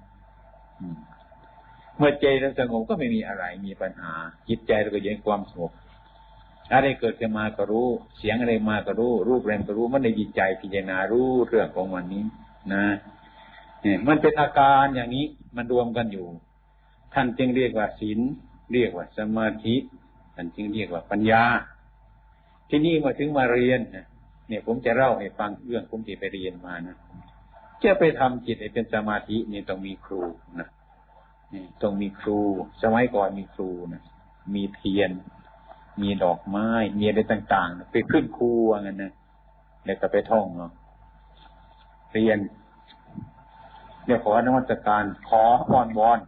เมื่อใจเราสงบก็ไม่มีอะไรมีปัญหาจิตใจเราก็อยู่ในความสงบอะไรเกิดขึ้นมาก็รู้เสียงอะไรมาก็รู้รูปอะไรก็รู้มันในจิตใจพิจารณารู้เรื่องของมันนี้นะเนี่ยมันเป็นอาการอย่างนี้มันรวมกันอยู่ท่านจึงเรียกว่าศีลเรียกว่าสมาธิท่านจึงเรียกว่าปัญญาที่นี่มาถึงมาเรียนเนี่ยผมจะเล่าให้ฟังเรื่องผมที่ไปเรียนมานะจะไปทำจิตให้เป็นสมาธินี่ต้องมีครูนะนี่ต้องมีครูสมัยก่อนมีครูนะมีเทียนมีดอกไม้มีอะไรต่างๆไปขึ้นครูว่างั้นนะแล้วก็ไปท่องเนาะเรียนเดี๋ยวขอนมัสการขออ้อนวอน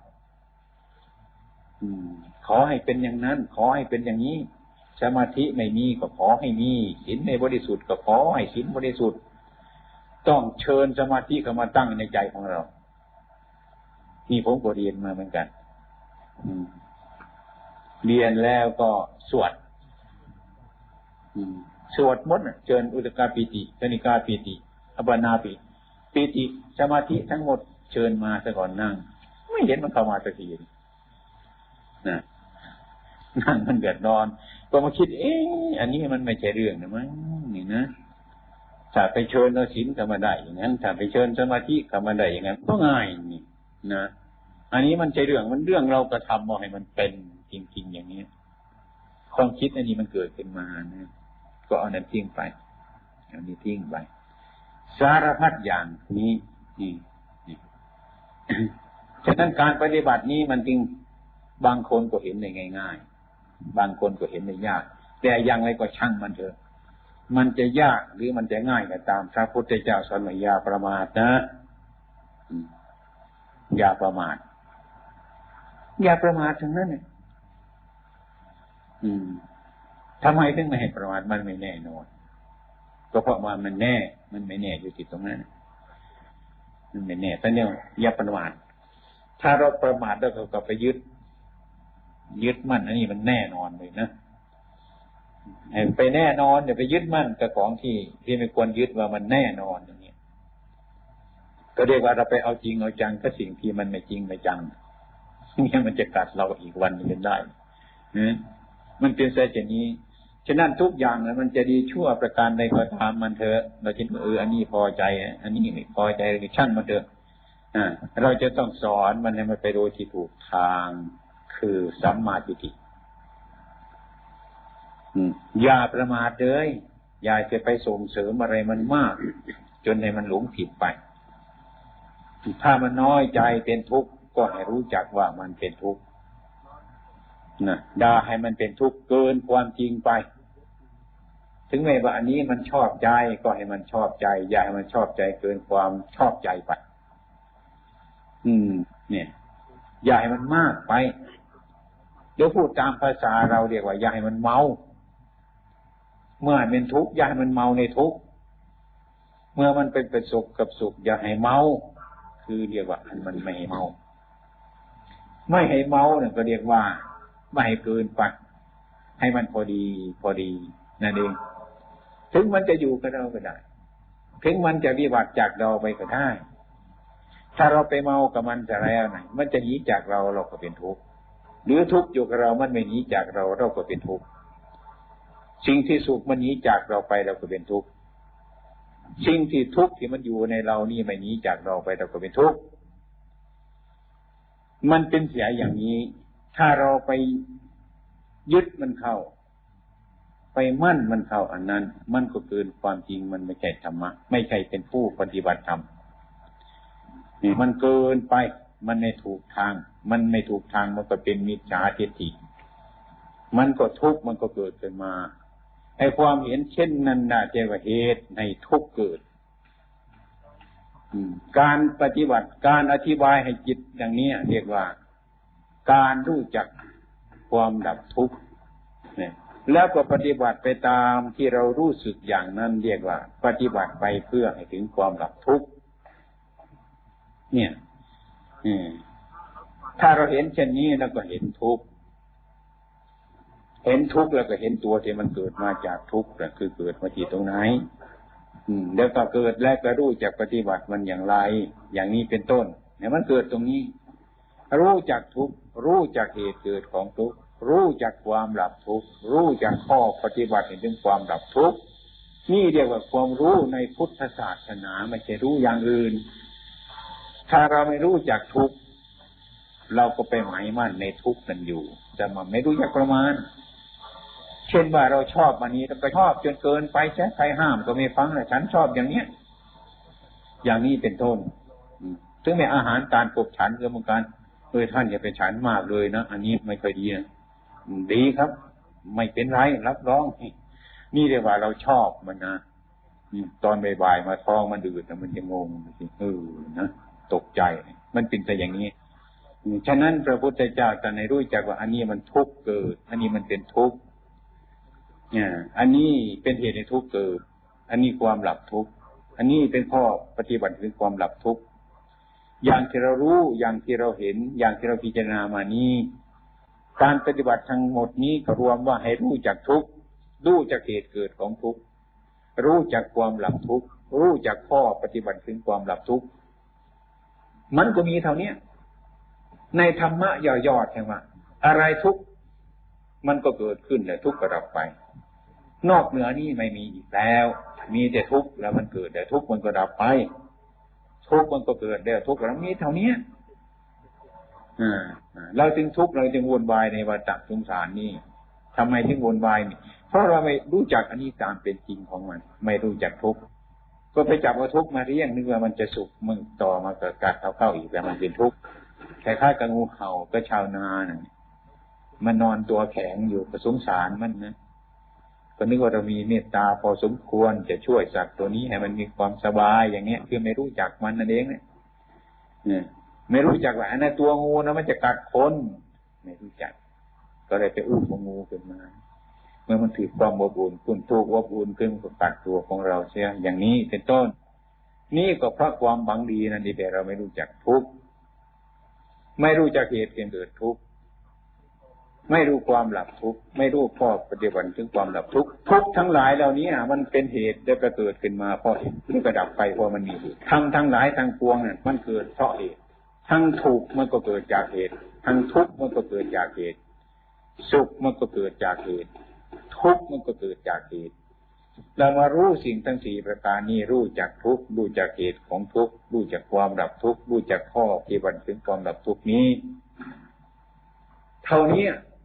ขอให้เป็นอย่างนั้นขอให้เป็นอย่างนี้สมาธิไม่มีก็ขอให้มีศีลในบริสุทธิ์ก็ขอให้ศีลบริสุทธิ์ต้องเชิญสมาธิเข้ามาตั้งในใจของเรานี่ผมก็เรียนมาเหมือนกันเรียนแล้วก็สวดมนต์เชิญอุตกาปิติกนิกาปิติอัปปนาปิติสมาธิทั้งหมดเชิญมาซะก่อนนั่งไม่เห็นมันเข้ามาสักทีนะนั่งมันเดือดร้อนก็มาคิดอันนี้มันไม่ใช่เรื่องนะมั้งนี่นะถ้าไปเชิญเอาศีลเข้ามาได้อย่างนั้นถ้าไปเชิญสมาธิเข้ามาได้อย่างนั้นก็ง่ายนี่นะอันนี้มันใช่เรื่องมันเรื่องเรากระทำมาให้มันเป็นจริงๆอย่างนี้ความคิดอันนี้มันเกิดขึ้นมานะก็เอานั้นทิ้งไปเอานี้ทิ้งไปสารพัดอย่างนี้ฉะนั้นการปฏิบัตินี้มันจึงบางคนก็เห็นได้ง่ายๆบางคนก็เห็นได้ยากแต่อย่างไรก็ช่างมันเถอะมันจะยากหรือมันจะง่ายก็ตามพระพุทธเจ้าสอนว่าอย่าประมาทนะอย่าประมาทอย่าประมาททั้งนั้นเนี่ยทำไมถึงไม่ให้ประมาทมันไม่แน่นอนก็เพราะว่ามันแน่มันไม่แน่อยู่ที่ตรงนั้นมันไม่แน่แต่เนี่ยอย่าประมาทถ้าเราประมาทแล้วเราก็ไปยึดมั่นอันนี้มันแน่นอนเลยนะไปแน่นอนอย่าไปยึดมั่นกับของที่ไม่ควรยึดว่ามันแน่นอนอย่างนี้ก็เรียกว่าเราไปเอาจริงเอาจังกับสิ่งที่มันไม่จริงไม่จังเนี่ยมันจะกัดเราอีกวันนึงเป็นได้มันเป็นเช่นนี้ฉะนั้นทุกอย่างมันจะดีชั่วประการใดก็ตามมันเถอะเราคิดว่าอันนี้พอใจอันนี้ไม่พอใจช่างมันเถอะเราจะต้องสอนมันให้มันไปโดยที่ถูกทางคือสัมมาทิฏฐิอย่าประมาทเลยอย่าจะไปส่งเสริมอะไรมันมากจนให้มันหลงผิดไปถ้ามันน้อยใจเป็นทุกข์ก็ให้รู้จักว่ามันเป็นทุกข์นะด่าให้มันเป็นทุกข์เกินความจริงไปถึงแม้ว่าอันนี้มันชอบใจก็ให้มันชอบใจอย่าให้มันชอบใจเกินความชอบใจไปเนี่ยอย่าให้มันมากไปเดี๋ยวพูดตามภาษาเราเรียกว่าอย่าให้มันเมาเมื่อเป็นทุกข์อย่าให้มันเมาในทุกข์เมื่อมันเป็นสุขกับสุขอย่าให้เมาคือเรียกว่ามันไม่ให้เมาไม่ให้เมาเนี่ยก็เรียกว่าไม่ให้เกินไปให้มันพอดีนั่นเองถึงมันจะอยู่กับเราก็ได้ถึงมันจะวิบัติจากเราไปก็ได้ถ้าเราไปเมากับมันจะแล้วไหนมันจะหนีจากเราเราก็เป็นทุกข์หรือทุกข์อยู่กับเรามันไม่หนีจากเราเราก็เป็นทุกข์สิ่งที่สุขมันหนีจากเราไปเราก็เป็นทุกข์สิ่งที่ทุกข์ที่มันอยู่ในเรานี่ไม่หนีจากเราไปเราก็เป็นทุกข์มันเป็นเสียอย่างนี้ถ้าเราไปยึดมันเข้าไปมั่นมันเข้าอันนั้นมันก็เกินความจริงมันไม่ใช่ธรรมะไม่ใช่เป็นผู้ปฏิบัติธรรมนี่มันเกินไปมันไม่ถูกทางมันไม่ถูกทางมันก็เป็นมิจฉาทิฏฐิมันก็ทุกข์มันก็เกิดขึ้นมาไอ้ความเห็นเช่นนั้นน่ะเรียกว่าเหตุให้ทุกข์เกิดการปฏิบัติการอธิบายให้จิตอย่างนี้เรียกว่าการรู้จักความดับทุกข์เนี่ยแล้วก็ปฏิบัติไปตามที่เรารู้สึกอย่างนั้นเรียกว่าปฏิบัติไปเพื่อให้ถึงความดับทุกข์เนี่ยถ้าเราเห็นเช่นนี้แล้วก็เห็นทุกข์เห็นทุกข์แล้วก็เห็นตัวที่มันเกิดมาจากทุกข์คือเกิดมาที่ตรงไหนแล้วก็เกิดแล้วก็รู้จักปฏิบัติมันอย่างไรอย่างนี้เป็นต้นเนี่ยมันเกิดตรงนี้รู้จักทุกข์รู้จักเหตุเกิดของทุกข์รู้จักความดับทุกข์รู้จักข้อปฏิบัติถึงความดับทุกข์นี่เรียกว่าความรู้ในพุทธศาสนาไม่ใช่รู้อย่างอื่นถ้าเราไม่รู้จักทุกข์เราก็ไปหมายมั่นในทุกข์นั้นอยู่แต่มันไม่รู้จักประมาณเช่นว่าเราชอบอันนี้แต่ชอบจนเกินไปใครห้ามก็ไม่ฟังเลยฉันชอบอย่างเนี้ยอย่างนี้เป็นต้นถึงแม้อาหารการปกฉันก็เหมือนกันท่านอย่าไปฉันมากเลยนะอันนี้ไม่ค่อยดีนะดีครับไม่เป็นไรรับรองนี่เรียกว่าเราชอบมันนะตอนบ่ายๆมาท้องมันดืดมันจะงงนะตกใจมันเป็นแต่อย่างนี้ฉะนั้นพระพุทธเจ้าตรัสให้รู้จักว่าอันนี้มันทุกข์เกิดอันนี้มันเป็นทุกข์อันนี้เป็นเหตุให้ทุกข์เกิดอันนี้ความหลับทุกข์อันนี้เป็นข้อปฏิบัติถึงความหลับทุกข์อย่างที่เรารู้อย่างที่เราเห็นอย่างที่เราพิจารณามานี้การปฏิบัติทั้งหมดนี้ก็รวมว่าให้รู้จักทุกข์รู้จักเหตุเกิดของทุกข์รู้จักความหลับทุกข์รู้จักข้อปฏิบัติถึงความหลับทุกข์มันก็มีเท่านี้ในธรรมะย่อๆใช่ไหมอะไรทุกข์มันก็เกิดขึ้นแต่ทุกข์ก็ดับไปนอกเหนือนี้ไม่มีอีกแล้วมีแต่ทุกข์แล้วมันเกิดแต่ทุกข์มันก็ดับไปทุกข์มันก็เกิดแต่ทุกข์แล้วมีเท่านี้เราจึงทุกข์เราจึงวนวายในวัฏสงสารนี่ทำไมถึงวนวายนี่เพราะเราไม่รู้จักอันนี้ตามเป็นจริงของมันไม่รู้จักทุกข์ก็ไปจับเอาทุกข์มาเลี้ยงนึกว่ามันจะสุขมึงต่อมาเกิดกัดเข้าอีกแต่มันเป็นทุกข์คล้ายๆกับงูเห่าก็ชาวนาน่ะมันนอนตัวแข็งอยู่ก็สงสารมันนะก็นึกว่าเรามีเมตตาพอสมควรจะช่วยสัตว์ตัวนี้ให้มันมีความสบายอย่างเงี้ยคือไม่รู้จักมันนั่นเองเนี่ยไม่รู้จักว่าอันนั้นตัวงูนะมันจะกัดคนไม่รู้จักก็เลยไปอุ้มงูขึ้นมาเมื่อมันถือความอบอุ่นคุณถูกอบอุ่นขึ้นก็กัดตัวของเราเสียอย่างนี้เป็นต้นนี่ก็เพราะความหวังดีนั่นเองแต่เราไม่รู้จักทุกข์ไม่รู้จักเหตุเกิดทุกข์ไม่รู้ความหลับทุกข์ไม่รู้ข้อปฏิบัติถึงความหลับทุกข์ทุกข์ทั้งหลายเหล่านี้มันเป็นเหตุแล้วก็เกิดขึ้นมาเพราะเหตุแล้วก็ดับไปเพราะมันมีเหตุทั้งหลายทั้งปวงเนี่ยมันเกิดเพราะเหตุทั้งทุกข์มันก็เกิดจากเหตุทั้งทุกข์มันก็เกิดจากเหตุสุขมันก็เกิดจากเหตุทุกข์มันก็เกิดจากเหตุเรามารู้สิ่งทั้งสี่ประการนี้รู้จักทุกข์รู้จักเหตุของทุกข์รู้จักความดับทุกข์รู้จักข้อปฏิบัติถึงความดับทุกข์นี้เท่านี้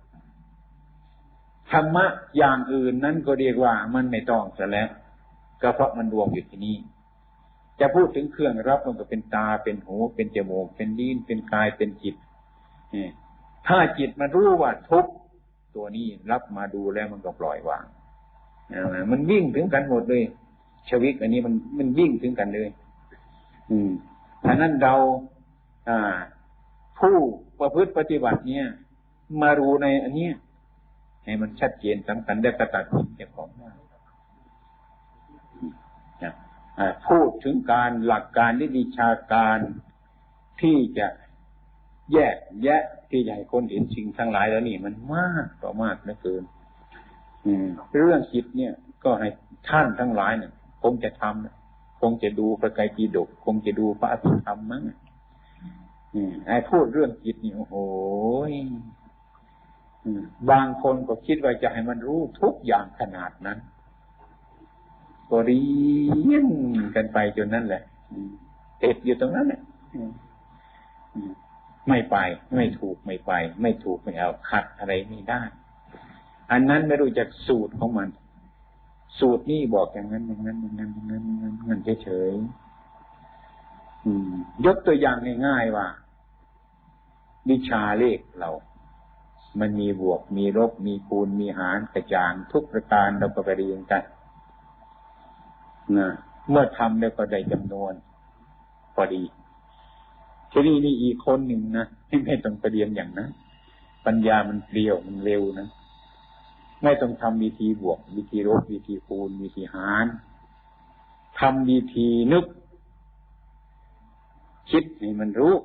ธรรมะอย่างอื่นนั้นก็เรียกว่ามันไม่ต้องซะแล้วก็เพราะมันรวมอยู่ที่นี่จะพูดถึงเครื่องรับมันก็เป็นตาเป็นหูเป็นจมูกเป็นลิ้นเป็นกายเป็นจิตถ้าจิตมันรู้ว่าทุกข์ตัวนี้รับมาดูแล้วมันก็ปล่อยวางมันวิ่งถึงกันหมดเลยชีวิตอันนี้มันวิ่งถึงกันเลยฉะนั้นเราผู้ประพฤติปฏิบัติเนี่ยมารู้ในอันนี้ให้มันชัดเจนสำคัญได้กระตัดสินเจ้าของได้พูดถึงการหลักการวิชาการที่จะแยกแยะที่จะให้คนเห็นสิ่งทั้งหลายแล้วนี่มันมากต่อมากเหลือเกินเรื่องจิตเนี่ยก็ให้ท่านทั้งหลายเนี่ยคงจะทำคงจะดูพระไตรปิฎกคงจะดูพระอภิธรรมมั้งไอ้พูดเรื่องจิตนี่โอ้โหบางคนก็คิดว่าจะให้มันรู้ทุกอย่างขนาดนั้นก็เรียนกันไปจนนั่นแหละติดอยู่ตรงนั้นแหละไม่ไปไม่ถูกไม่ไปไม่ถูกไม่เอาขัดอะไรไม่ได้อันนั้นไม่รู้จักสูตรของมันสูตรนี่บอกอย่างนั้นอย่างนั้นอย่างนั้นอย่างนั้นอย่างนั้นมันเฉยๆยกตัวอย่างง่ายๆว่าวิชาเลขเรามันมีบวกมีลบมีคูณมีหารกระจางทุกประการเราก็ไปเรียนกันนะเมื่อทำแล้วก็ได้จำนวนพอดีทีนี้นี่อีกคนหนึ่งนะไม่ต้องไปเรียนอย่างนั้นปัญญามันเปรี้ยวมันเร็วนะไม่ต้องทำวิธีบวกวิธีลบวิธีคูณวิธีหารทำวิธีนึกคิดให้มันรู้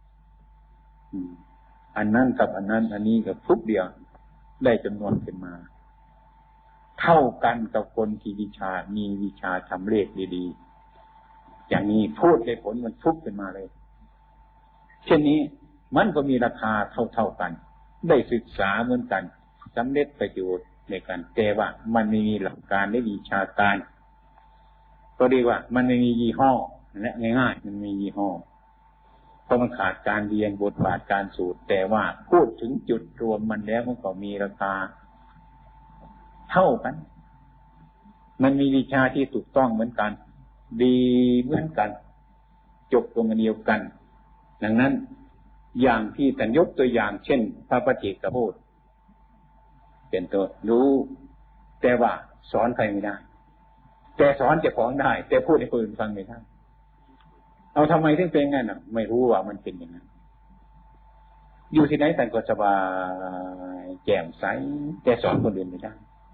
อันนั้นกับอันนั้นอันนี้กับทุกเดียวได้จำนวนขึ้นมาเท่ากันกับคนที่มีวิชาทำเลขดีๆอย่างนี้พูดได้ผลมันทุกขึ้นมาเลยเช่นนี้มันก็มีราคาเท่ากันได้ศึกษาเหมือนกันสำเร็จประโยชน์ในกันแต่ว่ามันไม่มีหลักการในวิชาการก็เรียกว่ามันไม่มียี่ห้อและง่ายๆมันมียี่ห้อเพราะมันขาดการเรียนบทบาทการสูตรแต่ว่าพูดถึงจุดรวมมันแล้วมันก็มีราคาเท่ากันมันมีวิชาที่ถูกต้องเหมือนกันดีเหมือนกันจบตรงเดียวกันดังนั้นอย่างที่ท่านยกตัวอย่างเช่นพระปฏิเจกโพธิเป็นตัวรู้แต่ว่าสอนใครไม่ได้แต่สอนเจ้าของได้แต่พูดให้คนอื่นฟังไม่ได้เอาทำไมถึงเป็นงั้นไม่รู้ว่ามันเป็นอย่างนั้นอยู่ที่ไหนท่านก็สบายแจ่มใสแต่สอนคนอื่นไม่ได้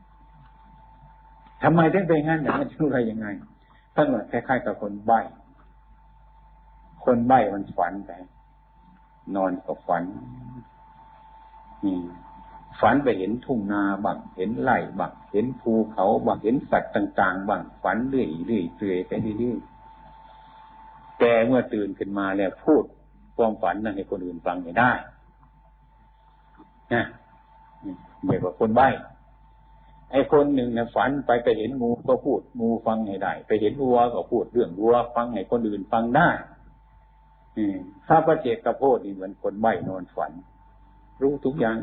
ทำไมถึงเป็นงั้นมันรู้อะไรยังไงท่านว่าคล้ายๆกับคนใบ้มันฝันไปนอนก็ฝันฝันไปเห็นทุ่งนาบ้างเห็นไร่บ้างเห็นภูเขาบ้างเห็นสัตว์ต่างๆบ้างฝันเรื่อยๆไปเรื่อยๆแต่เมื่อตื่นขึ้นมาแล้วพูดความฝันนั้นให้คนอื่นฟังไม่ได้นะเรียกว่าคนใบ้ไอ้คนหนึ่งเนี่ยฝันไปเห็นงูก็พูดงูฟังให้ได้ไปเห็นวัวก็พูดเรื่องวัวฟังให้คนอื่นฟังได้พระปฏิเจกโพธินี่เหมือนคนใบ้นอนฝันรู้ทุกอย่าง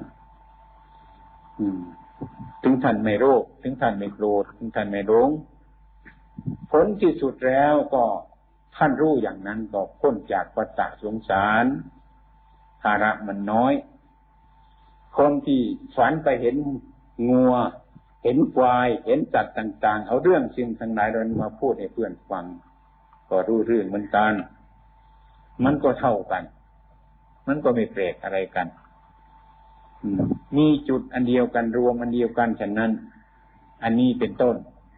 ถึงท่านไม่โลภถึงท่านไม่โกรธถึงท่านไม่หลงผลที่สุดแล้วก็ท่านรู้อย่างนั้นก็พ้นจากวัฏสงสารภาระมันน้อยคนที่ฝันไปเห็นงัวเห็นควายเห็นสัตว์ต่างๆเอาเรื่องสิ่งทั้งหลายเรามาพูดให้เพื่อนฟังก็รู้เรื่องเหมือนกันมันก็เท่ากันมันก็ไม่แปลกอะไรกันมีจุดอันเดียวกันรวมอันเดียวกันฉะนั้นอันนี้เป็นต้น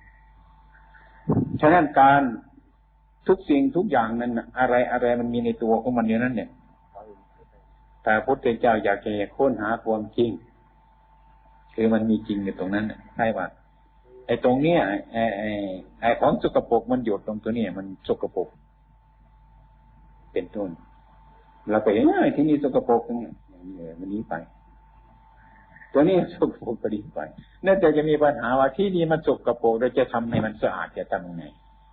ฉะนั้นการทุกสิ่งทุกอย่างนั้นอะไรมันมีในตัวของมันอย่างนั้นเนี่ยแต่พระพุทธเจ้าอยากจะค้นหาความจริงคือมันมีจริงอยู่ตรงนั้นใช่ป่ะไอ้ตรงเนี้ยไอ้ของสกปรกมันหยดตรงตัวนี้มันสกปรกเป็นต้นเราไปที่นี่สกปรกอย่างนี้มันนี้ไปตัวนี้สกปรกก็ดีไปนั่นจะมีปัญหาว่าที่นี่มันสกปรกเราจะทำให้มันสะอาดจะทำยังไง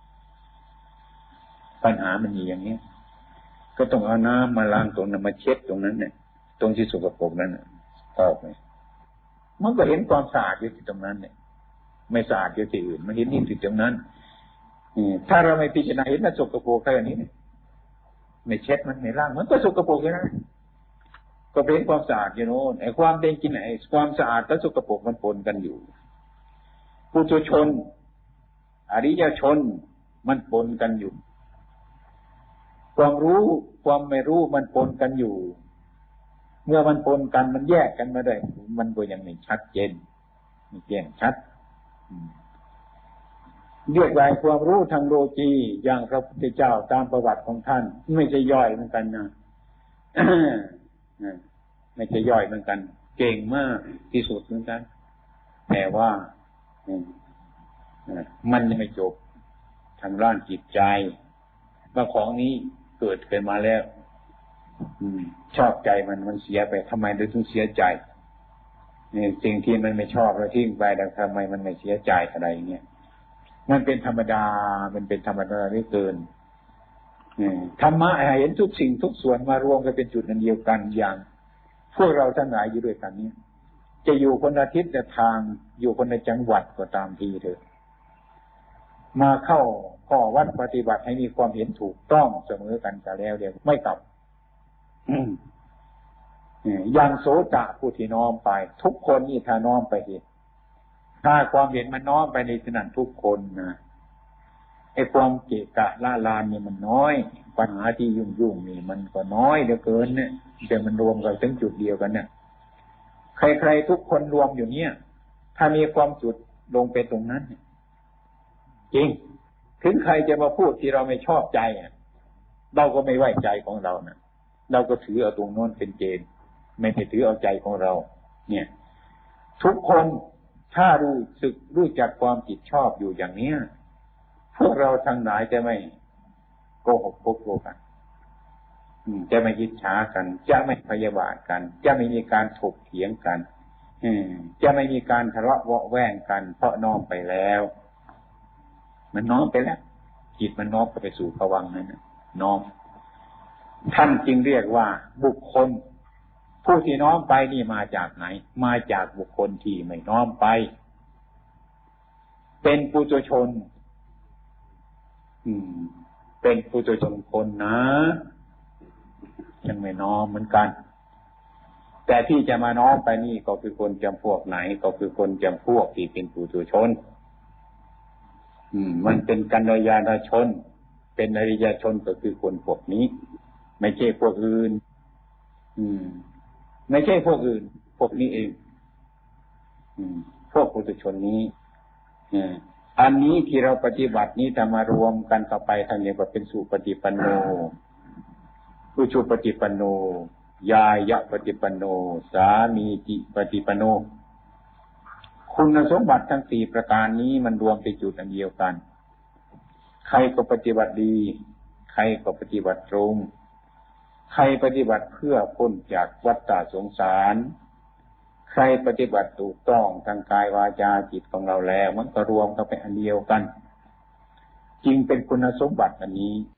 ปัญหามันมีอย่างนี้ก็ต้องเอาน้ำมาล้างตรงนั้นมาเช็ดตรงนั้นเนี่ยตรงที่สกปรกนั้นออกไปมันก็เห็นความสะอาดอยู่ที่ตรงนั้นเนี่ยไม่สะอาดอยู่ที่อื่นมันเห็นนี่ที่ตรงนั้นถ้าเราไม่พิจารณาเห็นมันสกปรกแค่นี้ไม่เช็ดมันไม่ล้างมันก็สกปรกแค่นั้นก็เป็นความสะอาดอยู่โน่นไอ้ความเป็นจริงไอ้ความสะอาดและสกปรกมันปนกันอยู่ปุถุชนอริยชนมันปนกันอยู่ความรู้ความไม่รู้มันปนกันอยู่เมื่อมันปนกันมันแยกกันมาได้มันก็ยังไม่ชัดเจนไม่แจ้งชัดเรียกว่าความรู้ทางโลกีอย่างพระพุทธเจ้าตามประวัติของท่านไม่ใช่ย่อยเหมือนกันนะ ไม่ใช่ย่อยเหมือนกันเก่งมากที่สุดเหมือนกันแต่ว่ามันยังไม่จบทางด้านจิตใจว่าของนี้เกิดขึ้นมาแล้วชอบใจมันเสียไปทำไมถึงเสียใจสิ่งที่มันไม่ชอบเราทิ้งไปแต่ทำไมมันไม่เสียใจอะไรเงี้ยมันเป็นธรรมดามันเป็นธรรมดาไม่เกินธรรมะเห็นทุกสิ่งทุกส่วนมารวมกันเป็นจุดอันเดียวกันอย่างพวกเราทั้งหลายอยู่ด้วยกันนี้จะอยู่คนละทิศแต่ทางอยู่คนในจังหวัดก็ตามทีเถอะมาเข้าข้อวัดปฏิบัติให้มีความเห็นถูกต้องเสมอกันกันแล้วเดี๋ยวไม่กลับอย่างโสตะผู้ที่น้อมไปทุกคนนี่ถ้าน้อมไปเห็นถ้าความเห็นมันน้อมไปในที่นั้นทุกคนนะไอ้ความเกะกะล่าลานนี่มันน้อยปัญหาที่ยุ่งนี่มันก็น้อยเหลือเกินเนี่ยแต่มันรวมกันถึงจุดเดียวกันเนี่ยใครๆทุกคนรวมอยู่เนี่ยถ้ามีความจุดลงไปตรงนั้นจริงถึงใครจะมาพูดที่เราไม่ชอบใจเราก็ไม่ไว้ใจของเรานะเราก็ถือเอาตรงโน้นเป็นเกณฑ์ไม่ได้ถือเอาใจของเราเนี่ยทุกคนถ้ารู้จักความผิดชอบอยู่อย่างเนี้ยพวกเราทั้งหลายจะไม่โกหกโกกันจะไม่อิจฉากันจะไม่พยาบาทกันจะไม่มีการถกเถียงกันจะไม่มีการทะเลาะเวาะแว้งกันเพราะน้อมไปแล้วมันน้อมไปแล้วจิตมันน้อมไปสู่ภวังค์นั้นน้อมท่านจึงเรียกว่าบุคคลผู้ที่น้อมไปนี่มาจากไหนมาจากบุคคลที่ไม่น้อมไปเป็นปุถุชนเป็นปุถุชนคนนะยังไม่น้อมเหมือนกันแต่ที่จะมาน้อมไปนี่ก็คือคนจำพวกไหนก็คือคนจำพวกที่เป็นปุถุชนมันเป็นกัลยาณชนเป็นอริยชนก็คือคนพวกนี้ไม่ใช่พวกอื่นไม่ใช่พวกอื่นพวกนี้เองพวกปุถุชนนี้อันนี้ที่เราปฏิบัตินี้จะมารวมกันต่อไปทางนี้ก็เป็นสุปฏิปันโนอุชุปฏิปันโนยายะปฏิปันโนสามีจิปฏิปันโนคุณสมบัติทั้ง4ประการนี้มันรวมเป็นจุดอันเดียวกันใครก็ปฏิบัติดีใครก็ปฏิบัติตรงใครปฏิบัติเพื่อพ้นจากวัฏสงสารใครปฏิบัติถูกต้องทางกายวาจาจิตของเราแล้วมันก็รวมกันเป็นอันเดียวกันจึงเป็นคุณสมบัติอันนี้